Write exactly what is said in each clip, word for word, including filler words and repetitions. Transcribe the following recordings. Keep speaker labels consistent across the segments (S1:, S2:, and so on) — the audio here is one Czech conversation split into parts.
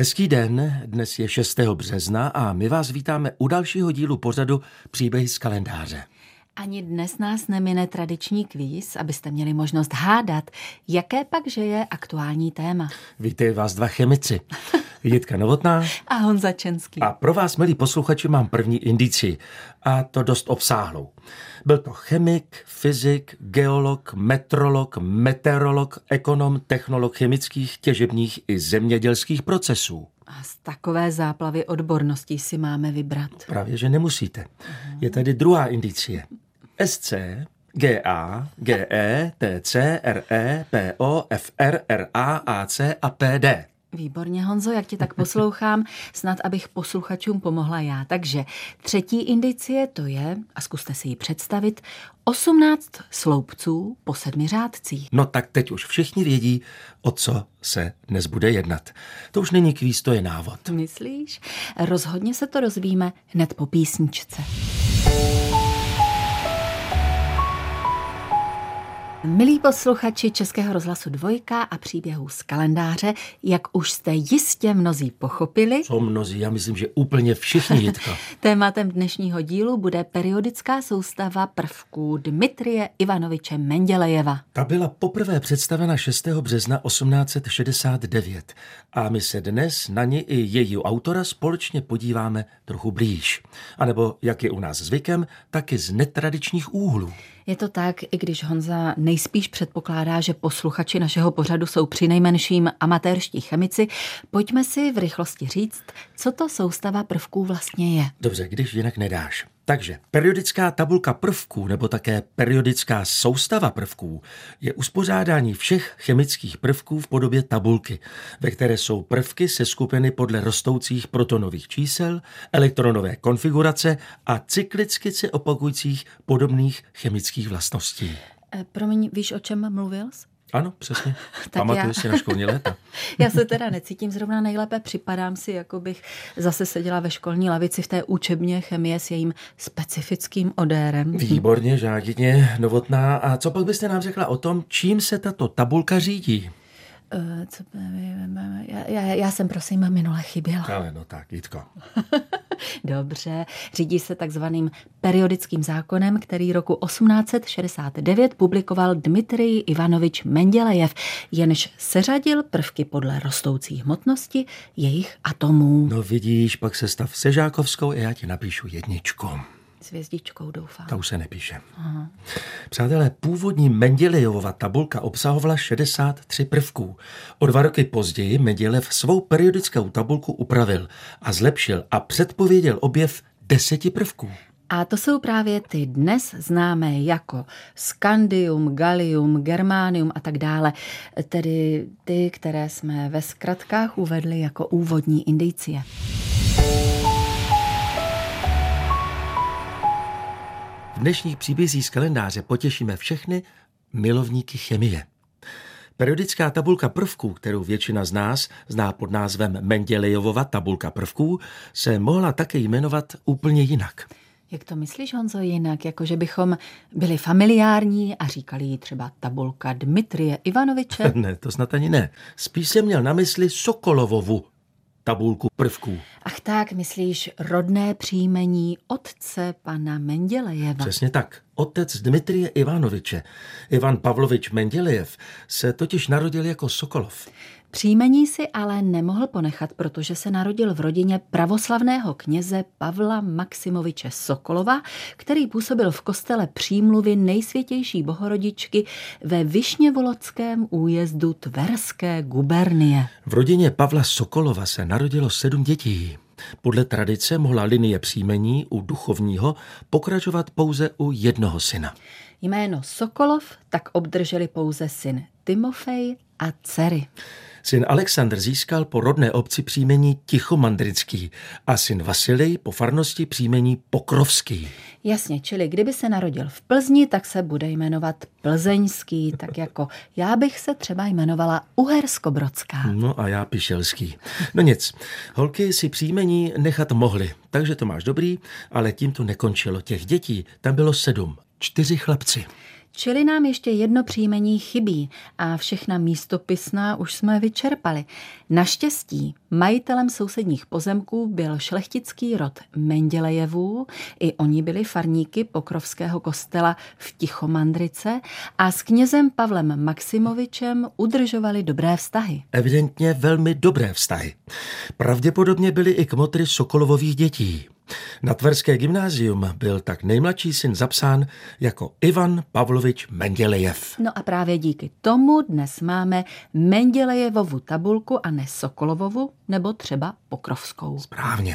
S1: Hezký den, dnes je šestého března a my vás vítáme u dalšího dílu pořadu Příběhy z kalendáře.
S2: Ani dnes nás nemine tradiční kvíz, abyste měli možnost hádat, jaké pak že je aktuální téma.
S1: Víte vás dva chemici, Jitka Novotná
S2: a Honza Čenský.
S1: A pro vás, milí posluchači, mám první indici, a to dost obsáhlou. Byl to chemik, fyzik, geolog, metrolog, meteorolog, ekonom, technolog chemických, těžebních i zemědělských procesů.
S2: A z takové záplavy odborností si máme vybrat.
S1: Právě, že nemusíte. Je tady druhá indicie. S C, G A, G E, T C, R E, P O, F R, R A, A C a P D.
S2: Výborně, Honzo, jak tě tak poslouchám, snad abych posluchačům pomohla já. Takže třetí indicie to je, a zkuste si ji představit, osmnáct sloupců po sedmi řádcích.
S1: No tak teď už všichni vědí, o co se dnes bude jednat. To už není kvíz, to je návod.
S2: Myslíš? Rozhodně se to rozvíme hned po písničce. Milí posluchači Českého rozhlasu Dvojka a příběhů z kalendáře, jak už jste jistě mnozí pochopili.
S1: Co mnozí, já myslím, že úplně všichni, Jitka.
S2: Tématem dnešního dílu bude periodická soustava prvků Dmitrije Ivanoviče Mendělejeva.
S1: Ta byla poprvé představena šestého března osmnáct set šedesát devět a my se dnes na ní i jejího autora společně podíváme trochu blíž. A nebo, jak je u nás zvykem, taky z netradičních úhlů.
S2: Je to tak, i když Honza nejspíš předpokládá, že posluchači našeho pořadu jsou přinejmenším amatérští chemici, pojďme si v rychlosti říct, co to soustava prvků vlastně je.
S1: Dobře, když jinak nedáš. Takže periodická tabulka prvků nebo také periodická soustava prvků je uspořádání všech chemických prvků v podobě tabulky, ve které jsou prvky seskupeny podle rostoucích protonových čísel, elektronové konfigurace a cyklicky se opakujících podobných chemických vlastností.
S2: E, promiň, víš, o čem mluvil jsi?
S1: Ano, přesně. Pamatuju já... si na školní léta.
S2: Já se teda necítím zrovna nejlépe, připadám si, jako bych zase seděla ve školní lavici v té učebně chemie s jejím specifickým odérem.
S1: Výborně, žákyně Novotná. A co pak byste nám řekla o tom, čím se tato tabulka řídí?
S2: Uh, co, já, já, já jsem prosím minule chyběla.
S1: Ale no tak, Jitko.
S2: Dobře, řídí se takzvaným periodickým zákonem, který roku osmnáct set šedesát devět publikoval Dmitrij Ivanovič Mendělejev, jenž seřadil prvky podle rostoucí hmotnosti jejich atomů.
S1: No vidíš, pak se stav se žákovskou a já ti napíšu jedničku.
S2: S hvězdičkou, doufám.
S1: Ta už se nepíše.
S2: Aha.
S1: Přátelé, původní Mendělejevova tabulka obsahovala šedesát tři prvků. O dva roky později Mendělejev svou periodickou tabulku upravil a zlepšil a předpověděl objev deseti prvků.
S2: A to jsou právě ty dnes známé jako skandium, gallium, germanium a tak dále, tedy ty, které jsme ve zkratkách uvedli jako úvodní indicie.
S1: V dnešních příbězích z kalendáře potěšíme všechny milovníky chemie. Periodická tabulka prvků, kterou většina z nás zná pod názvem Mendělejevova tabulka prvků, se mohla také jmenovat úplně jinak.
S2: Jak to myslíš, Honzo, jinak? Jako, že bychom byli familiární a říkali jí třeba tabulka Dmitrije Ivanoviče?
S1: Ne, to snad ani ne. Spíš jsem měl na mysli Sokolovovu tabulku prvků.
S2: Ach tak, myslíš rodné příjmení otce pana Mendělejeva?
S1: Přesně tak. Otec Dmitrije Ivanoviče, Ivan Pavlovič Mendělejev, se totiž narodil jako Sokolov.
S2: Příjmení si ale nemohl ponechat, protože se narodil v rodině pravoslavného kněze Pavla Maximoviče Sokolova, který působil v kostele Přímluvy Nejsvětější Bohorodičky ve Vyšněvolodském újezdu Tverské gubernie.
S1: V rodině Pavla Sokolova se narodilo sedm dětí. Podle tradice mohla linie příjmení u duchovního pokračovat pouze u jednoho syna.
S2: Jméno Sokolov tak obdrželi pouze syn Timofej a dcery.
S1: Syn Alexandr získal po rodné obci příjmení Tichomandrický a syn Vasilij po farnosti příjmení Pokrovský.
S2: Jasně, čili kdyby se narodil v Plzni, tak se bude jmenovat Plzeňský, tak jako já bych se třeba jmenovala Uherskobrodská.
S1: No a já Pišelský. No nic, holky si příjmení nechat mohly, takže to máš dobrý, ale tím to nekončilo. Těch dětí tam bylo sedm, čtyři chlapci.
S2: Čili nám ještě jedno příjmení chybí a všechna místopisná už jsme vyčerpali. Naštěstí majitelem sousedních pozemků byl šlechtický rod Mendělejevů, i oni byli farníky Pokrovského kostela v Tichomandrice a s knězem Pavlem Maximovičem udržovali dobré vztahy.
S1: Evidentně velmi dobré vztahy. Pravděpodobně byly i kmotry Sokolovových dětí. Na Tverské gymnázium byl tak nejmladší syn zapsán jako Ivan Pavlovič Mendělejev.
S2: No a právě díky tomu dnes máme Mendělejevovu tabulku a ne Sokolovovu nebo třeba Pokrovskou.
S1: Správně.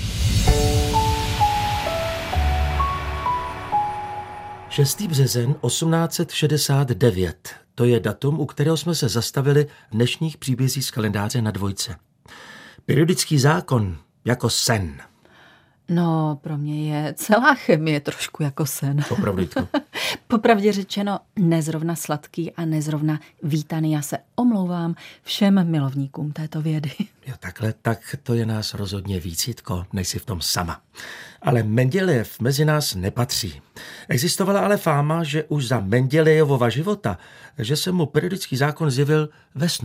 S1: šestý březen osmnáct set šedesát devět. To je datum, u kterého jsme se zastavili v dnešních příbězích z kalendáře na dvojce. Periodický zákon jako sen.
S2: No, pro mě je celá chemie trošku jako sen.
S1: Opravdu.
S2: Popravdě řečeno, nezrovna sladký a nezrovna vítaný. Já se omlouvám všem milovníkům této vědy.
S1: Jo, takhle, tak to je nás rozhodně víc, Jitko, nejsi v tom sama. Ale Mendělejev mezi nás nepatří. Existovala ale fáma, že už za Mendělejevova života, že se mu periodický zákon zjevil ve snu.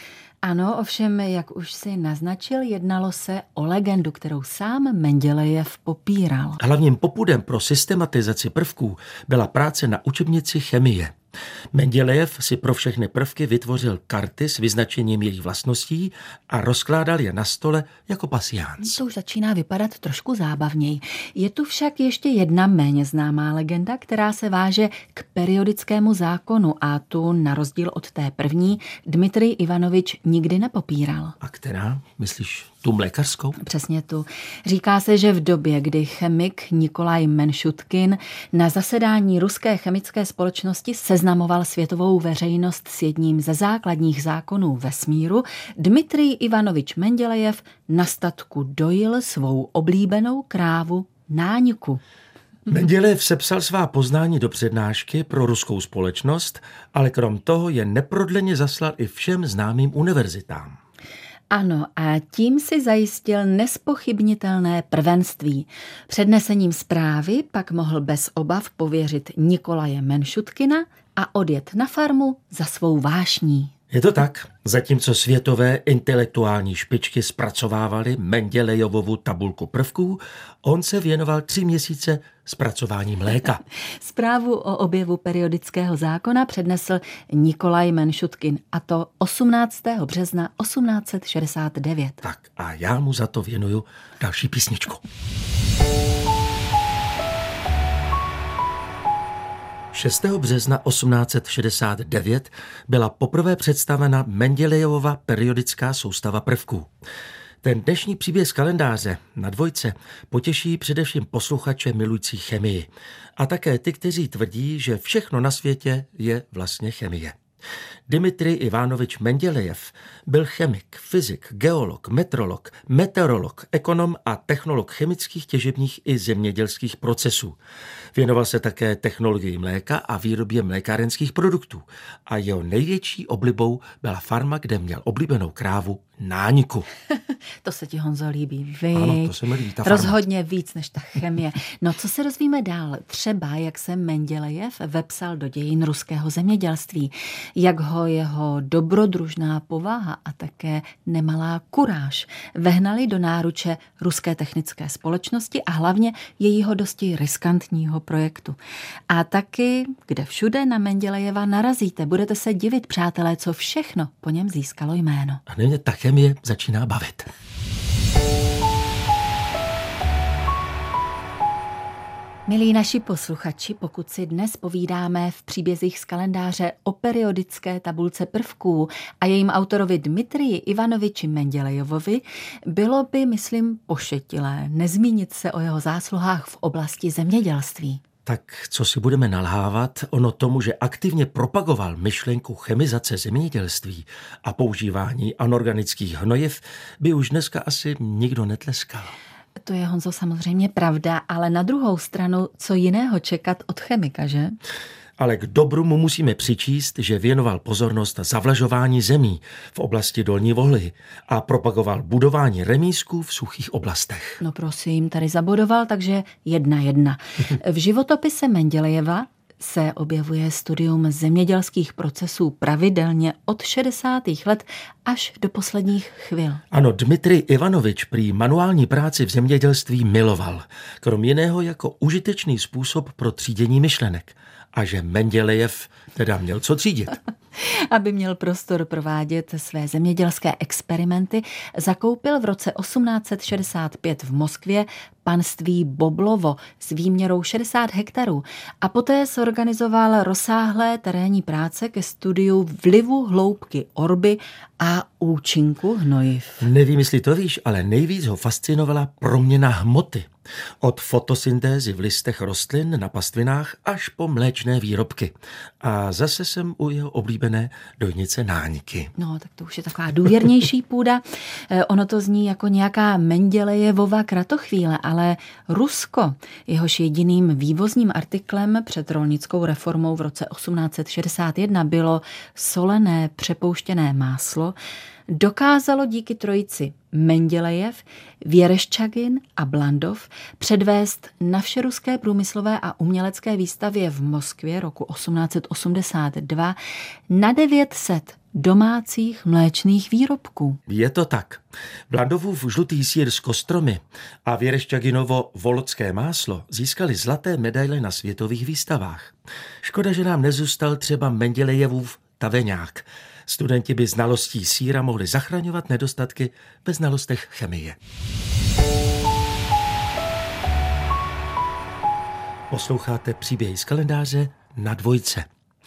S2: Ano, ovšem, jak už si naznačil, jednalo se o legendu, kterou sám Mendělejev popíral.
S1: Hlavním popudem pro systematizaci prvků byla práce na učebnici chemie. Mendělejev si pro všechny prvky vytvořil karty s vyznačením jejich vlastností a rozkládal je na stole jako pasiánc.
S2: To už začíná vypadat trošku zábavněji. Je tu však ještě jedna méně známá legenda, která se váže k periodickému zákonu a tu na rozdíl od té první Dmitrij Ivanovič nikdy nepopíral.
S1: A která? Myslíš tu mlékařskou?
S2: Přesně tu. Říká se, že v době, kdy chemik Nikolaj Menšutkin na zasedání ruské chemické společnosti seznamoval světovou veřejnost s jedním ze základních zákonů vesmíru, Dmitrij Ivanovič Mendělejev na statku dojil svou oblíbenou krávu Náňku.
S1: Mendělejev sepsal svá poznání do přednášky pro ruskou společnost, ale krom toho je neprodleně zaslal i všem známým univerzitám.
S2: Ano, a tím si zajistil nespochybnitelné prvenství. Přednesením zprávy pak mohl bez obav pověřit Nikolaje Menšutkina a odjet na farmu za svou vášní.
S1: Je to tak. Zatímco světové intelektuální špičky zpracovávaly Mendělejevovu tabulku prvků, on se věnoval tři měsíce zpracování mléka.
S2: Zprávu o objevu periodického zákona přednesl Nikolaj Menšutkin, a to osmnáctého března osmnáct set šedesát devět.
S1: Tak a já mu za to věnuju další písničku. šestého března osmnáct set šedesát devět byla poprvé představena Mendělejevova periodická soustava prvků. Ten dnešní příběh z kalendáře na dvojce potěší především posluchače milující chemii a také ty, kteří tvrdí, že všechno na světě je vlastně chemie. Dmitrij Ivanovič Mendělejev byl chemik, fyzik, geolog, metrolog, meteorolog, ekonom a technolog chemických, těžebních i zemědělských procesů. Věnoval se také technologii mléka a výrobě mlékárenských produktů a jeho největší oblibou byla farma, kde měl oblíbenou krávu Náňku.
S2: To se ti, Honzo, líbí, vy?
S1: Ano, to se mi líbí, ta farma.
S2: Rozhodně víc než ta chemie. No, co se dozvíme dál? Třeba, jak se Mendělejev vepsal do dějin ruského zemědělství, jak ho jeho dobrodružná povaha a také nemalá kuráž vehnali do náruče ruské technické společnosti a hlavně jejího dosti riskantního projektu. A taky, kde všude na Mendělejeva narazíte, budete se divit, přátelé, co všechno po něm získalo jméno.
S1: A mě ta chemie začíná bavit.
S2: Milí naši posluchači, pokud si dnes povídáme v příbězích z kalendáře o periodické tabulce prvků a jejím autorovi Dmitriji Ivanoviči Mendělejevovi, bylo by, myslím, pošetilé nezmínit se o jeho zásluhách v oblasti zemědělství.
S1: Tak co si budeme nalhávat, ono tomu, že aktivně propagoval myšlenku chemizace zemědělství a používání anorganických hnojiv, by už dneska asi nikdo netleskal.
S2: To je, Honzo, samozřejmě pravda, ale na druhou stranu, co jiného čekat od chemika, že?
S1: Ale k dobru mu musíme přičíst, že věnoval pozornost zavlažování zemí v oblasti Dolní Volhy a propagoval budování remízků v suchých oblastech.
S2: No prosím, tady zabodoval, takže jedna jedna. V životopise Mendělejeva se objevuje studium zemědělských procesů pravidelně od šedesátých let až do posledních chvil.
S1: Ano, Dmitrij Ivanovič prý manuální práci v zemědělství miloval, krom jiného jako užitečný způsob pro třídění myšlenek. A že Mendělejev teda měl co třídit.
S2: Aby měl prostor provádět své zemědělské experimenty, zakoupil v roce osmnáct set šedesát pět v Moskvě panství Boblovo s výměrou šedesát hektarů a poté zorganizoval rozsáhlé terénní práce ke studiu vlivu hloubky orby a účinku hnojiv.
S1: Nevím, jestli to víš, ale nejvíc ho fascinovala proměna hmoty. Od fotosyntézy v listech rostlin na pastvinách až po mléčné výrobky. A zase jsem u jeho oblíbené dojnice Náňky.
S2: No, tak to už je taková důvěrnější půda. Ono to zní jako nějaká Mendělejevova kratochvíle, ale Rusko, jehož jediným vývozním artiklem před rolnickou reformou v roce osmnáct set šedesát jedna bylo solené přepouštěné máslo, dokázalo díky trojici Mendělejev, Věreščagin a Blandov předvést na všeruské průmyslové a umělecké výstavě v Moskvě roku osmnáct set osmdesát dva na devět set domácích mléčných výrobků.
S1: Je to tak. Blandovův žlutý sýr z Kostromy a Věreščaginovo volodské máslo získali zlaté medaile na světových výstavách. Škoda, že nám nezůstal třeba Mendělejevův taveňák. Studenti by znalostí sýra mohli zachraňovat nedostatky ve znalostech chemie. Posloucháte příběhy z kalendáře na dvojce.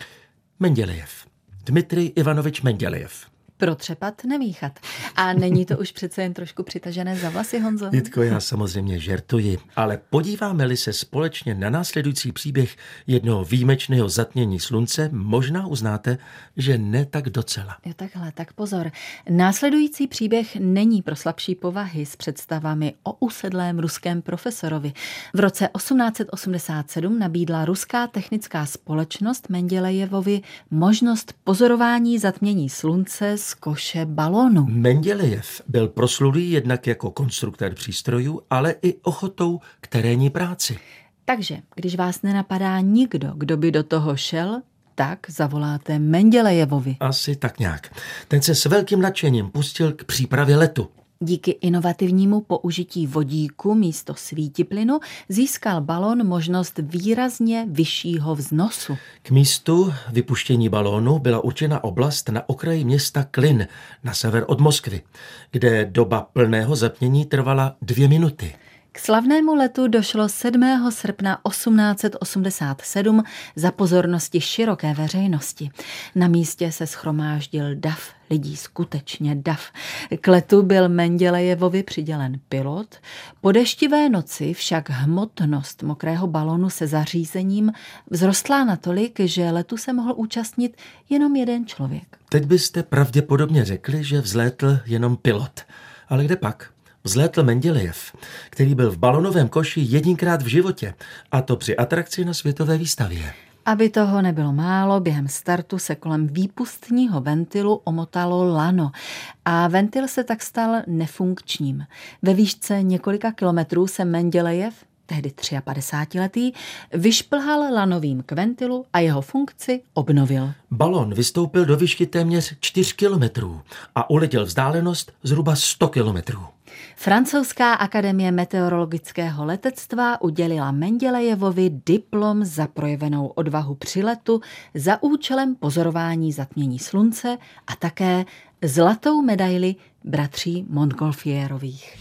S1: Mendělejev. Dmitrij Ivanovič Mendělejev.
S2: Protřepat, nemíchat. A není to už přece jen trošku přitažené za vlasy, Honzo?
S1: Jitko, já samozřejmě žertuji, ale podíváme-li se společně na následující příběh jednoho výjimečného zatmění slunce, možná uznáte, že ne tak docela.
S2: Jo, takhle, tak pozor. Následující příběh není pro slabší povahy s představami o usedlém ruském profesorovi. V roce osmnáct set osmdesát sedm nabídla ruská technická společnost Mendělejevovi možnost pozorování zatmění slunce z koše balonu.
S1: Mendělejev byl proslulý jednak jako konstruktor přístrojů, ale i ochotou k terénní práci.
S2: Takže, když vás nenapadá nikdo, kdo by do toho šel, tak zavoláte Mendělejevovi.
S1: Asi tak nějak. Ten se s velkým nadšením pustil k přípravě letu.
S2: Díky inovativnímu použití vodíku místo svítiplynu získal balon možnost výrazně vyššího vznosu.
S1: K místu vypuštění balónu byla určena oblast na okraji města Klin, na sever od Moskvy, kde doba plného zatmění trvala dvě minuty.
S2: K slavnému letu došlo sedmého srpna osmnáct set osmdesát sedm za pozornosti široké veřejnosti. Na místě se shromáždil dav lidí, skutečně dav. K letu byl Mendělejevovi přidělen pilot. Po deštivé noci však hmotnost mokrého balonu se zařízením vzrostla natolik, že letu se mohl účastnit jenom jeden člověk.
S1: Teď byste pravděpodobně řekli, že vzlétl jenom pilot. Ale kde pak? Vzlétl Mendělejev, který byl v balonovém koši jedinkrát v životě, a to při atrakci na světové výstavě.
S2: Aby toho nebylo málo, během startu se kolem výpustního ventilu omotalo lano a ventil se tak stal nefunkčním. Ve výšce několika kilometrů se Mendělejev, tehdy padesátitříletý, vyšplhal lanovým k ventilu a jeho funkci obnovil.
S1: Balon vystoupil do výšky téměř čtyři kilometrů a uletěl vzdálenost zhruba sto kilometrů.
S2: Francouzská akademie meteorologického letectva udělila Mendělejevovi diplom za projevenou odvahu při letu za účelem pozorování zatmění slunce a také zlatou medaili bratří Montgolfierových.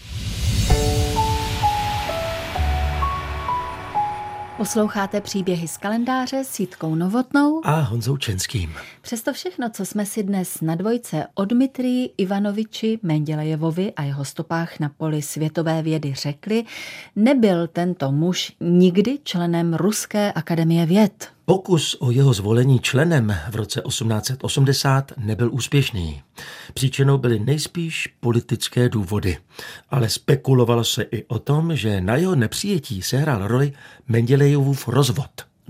S2: Posloucháte příběhy z kalendáře s Jitkou Novotnou
S1: a Honzou Čenským.
S2: Přesto všechno, co jsme si dnes na dvojce o Dmitriji Ivanoviči Mendělejevovi a jeho stopách na poli světové vědy řekli, nebyl tento muž nikdy členem Ruské akademie věd.
S1: Pokus o jeho zvolení členem v roce osmnáct set osmdesát nebyl úspěšný. Příčinou byly nejspíš politické důvody, ale spekulovalo se i o tom, že na jeho nepřijetí sehrál roli Mendělejevův rozvod.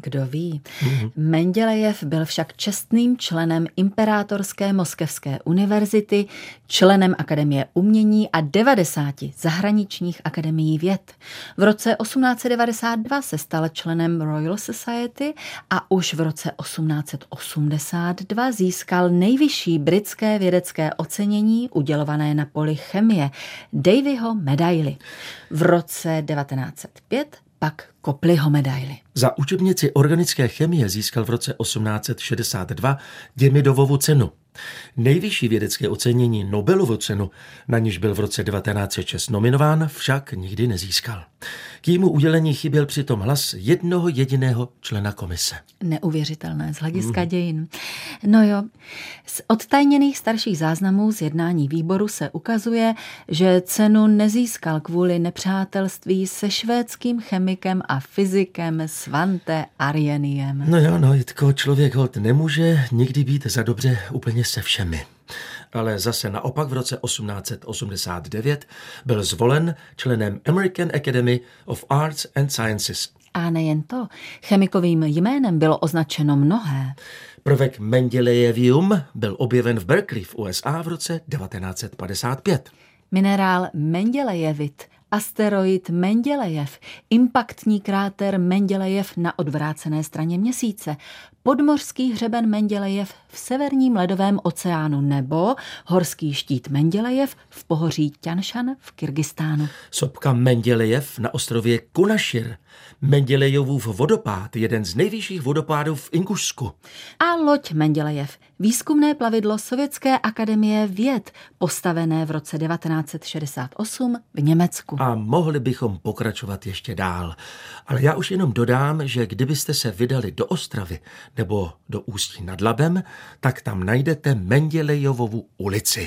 S2: Kdo ví. Mm-hmm. Mendelejev byl však čestným členem Imperátorské moskevské univerzity, členem Akademie umění a devadesáti zahraničních akademií věd. V roce osmnáct set devadesát dva se stal členem Royal Society a už v roce osmnáct set osmdesát dva získal nejvyšší britské vědecké ocenění udělované na poli chemie, Davyho medaili. V roce devatenáct set pět pak Copleyho medaili.
S1: Za učebnici organické chemie získal v roce osmnáct set šedesát dva Demidovovu cenu. Nejvyšší vědecké ocenění Nobelovu cenu, na níž byl v roce devatenáct set šest nominován, však nikdy nezískal. K jejímu udělení chyběl přitom hlas jednoho jediného člena komise.
S2: Neuvěřitelné z hlediska mm. dějin. No jo, z odtajněných starších záznamů z jednání výboru se ukazuje, že cenu nezískal kvůli nepřátelství se švédským chemikem a fyzikem Svante Arrheniem.
S1: No jo, no, Jitko, člověk holt nemůže nikdy být za dobře úplně se všemi. Ale zase naopak v roce osmnáct set osmdesát devět byl zvolen členem American Academy of Arts and Sciences.
S2: A nejen to, chemikovým jménem bylo označeno mnohé.
S1: Prvek Mendelejevium byl objeven v Berkeley v U S A v roce devatenáct set padesát pět.
S2: Minerál Mendelejevit, asteroid Mendelejev, impaktní kráter Mendelejev na odvrácené straně měsíce, podmořský hřeben Mendelejev v severním ledovém oceánu nebo horský štít Mendelejev v pohoří Ťanšan v Kyrgyzstánu.
S1: Sopka Mendelejev na ostrově Kunašir, Mendelejevův vodopád, jeden z nejvyšších vodopádů v Ingušsku.
S2: A loď Mendelejev, výzkumné plavidlo Sovětské akademie věd, postavené v roce devatenáct set šedesát osm v Německu.
S1: A mohli bychom pokračovat ještě dál. Ale já už jenom dodám, že kdybyste se vydali do Ostravy nebo do Ústí nad Labem, tak tam najdete Mendelejevovu ulici.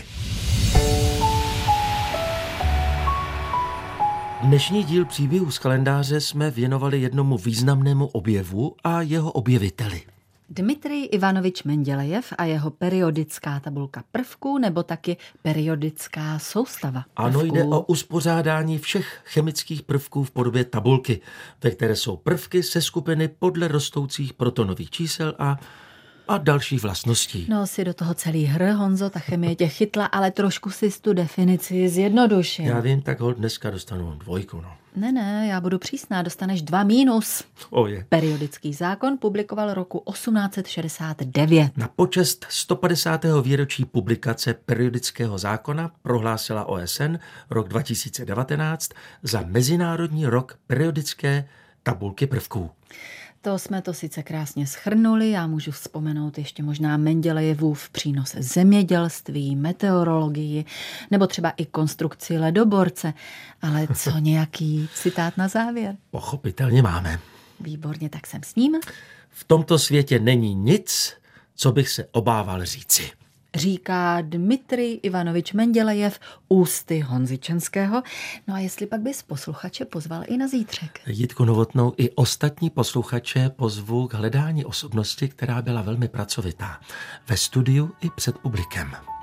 S1: Dnešní díl příběhu z kalendáře jsme věnovali jednomu významnému objevu a jeho objeviteli.
S2: Dmitrij Ivanovič Mendelejev a jeho periodická tabulka prvků nebo taky periodická soustava prvků.
S1: Ano, jde o uspořádání všech chemických prvků v podobě tabulky, ve které jsou prvky seskupeny podle rostoucích protonových čísel a a dalších vlastností.
S2: No, si do toho celý hr, Honzo, ta chemie tě chytla, ale trošku si tu definici zjednodušil.
S1: Já vím, tak hol dneska dostanu dvojku, no.
S2: Ne, ne, já budu přísná, dostaneš dva mínus.
S1: Oje.
S2: Periodický zákon publikoval roku osmnáct set šedesát devět.
S1: Na počest sto padesátého výročí publikace periodického zákona prohlásila O S N rok dva tisíce devatenáct za Mezinárodní rok periodické tabulky prvků.
S2: To jsme to sice krásně shrnuli, já můžu vzpomenout ještě možná Mendelejevův přínos zemědělství, meteorologii, nebo třeba i konstrukci ledoborce, ale co nějaký citát na závěr?
S1: Pochopitelně máme.
S2: Výborně, tak jsem s ním.
S1: V tomto světě není nic, co bych se obával říci.
S2: Říká Dmitrij Ivanovič Mendelejev ústy Honzy Čenského. No a jestli pak bys posluchače pozval i na zítřek.
S1: Jitku Novotnou i ostatní posluchače pozvu k hledání osobnosti, která byla velmi pracovitá. Ve studiu i před publikem.